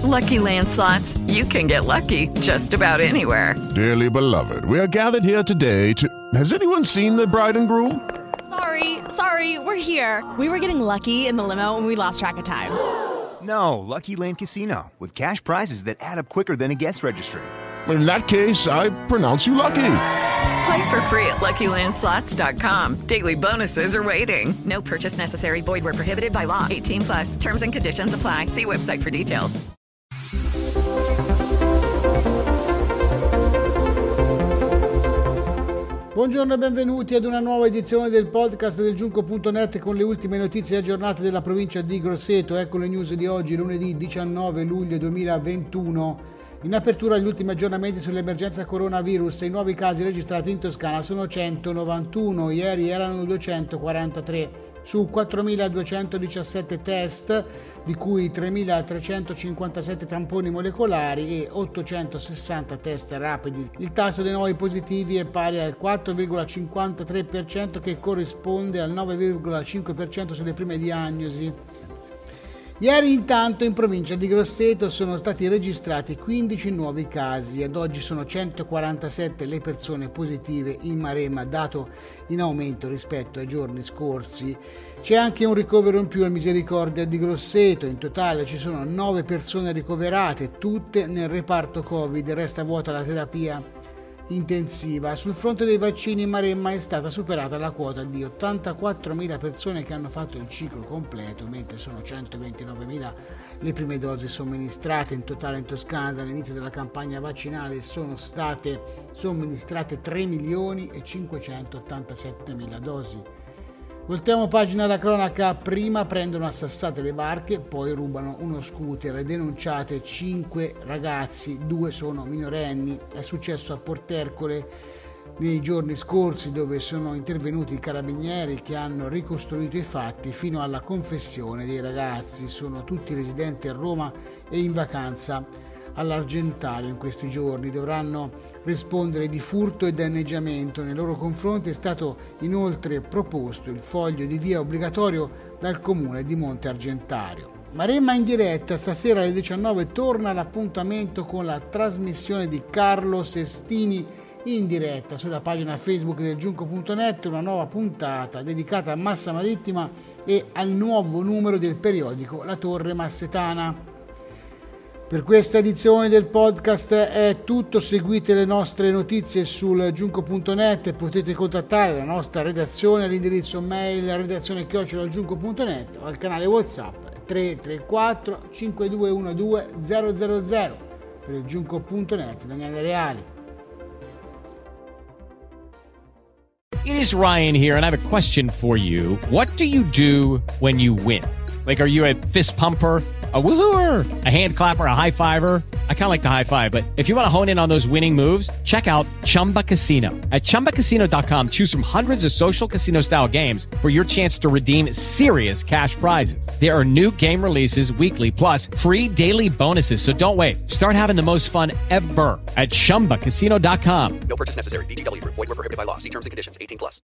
Lucky Land Slots, you can get lucky just about anywhere. Dearly beloved, we are gathered here today to... Has anyone seen the bride and groom? Sorry, we're here. We were getting lucky in the limo and we lost track of time. No, Lucky Land Casino, with cash prizes that add up quicker than a guest registry. In that case, I pronounce you lucky. Play for free at LuckyLandSlots.com. Daily bonuses are waiting. No purchase necessary. Void where prohibited by law. 18+. Terms and conditions apply. See website for details. Buongiorno e benvenuti ad una nuova edizione del podcast del Giunco.net con le ultime notizie aggiornate della provincia di Grosseto. Ecco le news di oggi, lunedì 19 luglio 2021. In apertura gli ultimi aggiornamenti sull'emergenza coronavirus. I nuovi casi registrati in Toscana sono 191, ieri erano 243. Su 4.217 test, di cui 3.357 tamponi molecolari e 860 test rapidi. Il tasso dei nuovi positivi è pari al 4,53%, che corrisponde al 9,5% sulle prime diagnosi. Ieri intanto in provincia di Grosseto sono stati registrati 15 nuovi casi, ad oggi sono 147 le persone positive in Maremma, dato in aumento rispetto ai giorni scorsi. C'è anche un ricovero in più al Misericordia di Grosseto, in totale ci sono 9 persone ricoverate, tutte nel reparto Covid, resta vuota la terapia intensiva. Sul fronte dei vaccini in Maremma è stata superata la quota di 84.000 persone che hanno fatto il ciclo completo, mentre sono 129.000 le prime dosi somministrate. In totale in Toscana dall'inizio della campagna vaccinale sono state somministrate 3.587.000 dosi. Voltiamo pagina alla cronaca. Prima prendono a sassate le barche, poi rubano uno scooter. Denunciate 5 ragazzi, 2 sono minorenni. È successo a Portercole nei giorni scorsi, dove sono intervenuti i carabinieri che hanno ricostruito i fatti fino alla confessione dei ragazzi. Sono tutti residenti a Roma e in vacanza all'Argentario in questi giorni. Dovranno rispondere di furto e danneggiamento. Nei loro confronti è stato inoltre proposto il foglio di via obbligatorio dal comune di Monte Argentario. Maremma in diretta, stasera alle 19 torna l'appuntamento con la trasmissione di Carlo Sestini in diretta sulla pagina Facebook del Giunco.net, una nuova puntata dedicata a Massa Marittima e al nuovo numero del periodico La Torre Massetana. Per questa edizione del podcast è tutto. Seguite le nostre notizie sul Giunco.net e potete contattare la nostra redazione all'indirizzo mail redazione@giunco.net o al canale WhatsApp 334 5212 000. Per il Giunco.net, Daniele Reali. It is Ryan here and I have a question for you. What do you do when you win? Like, are you a fist pumper, a woohooer, a hand clapper, a high fiver? I kind of like the high five, but if you want to hone in on those winning moves, check out Chumba Casino. At ChumbaCasino.com, choose from hundreds of social casino style games for your chance to redeem serious cash prizes. There are new game releases weekly, plus free daily bonuses. So don't wait. Start having the most fun ever at ChumbaCasino.com. No purchase necessary. VGW Group. Void where prohibited by law. See terms and conditions. 18+.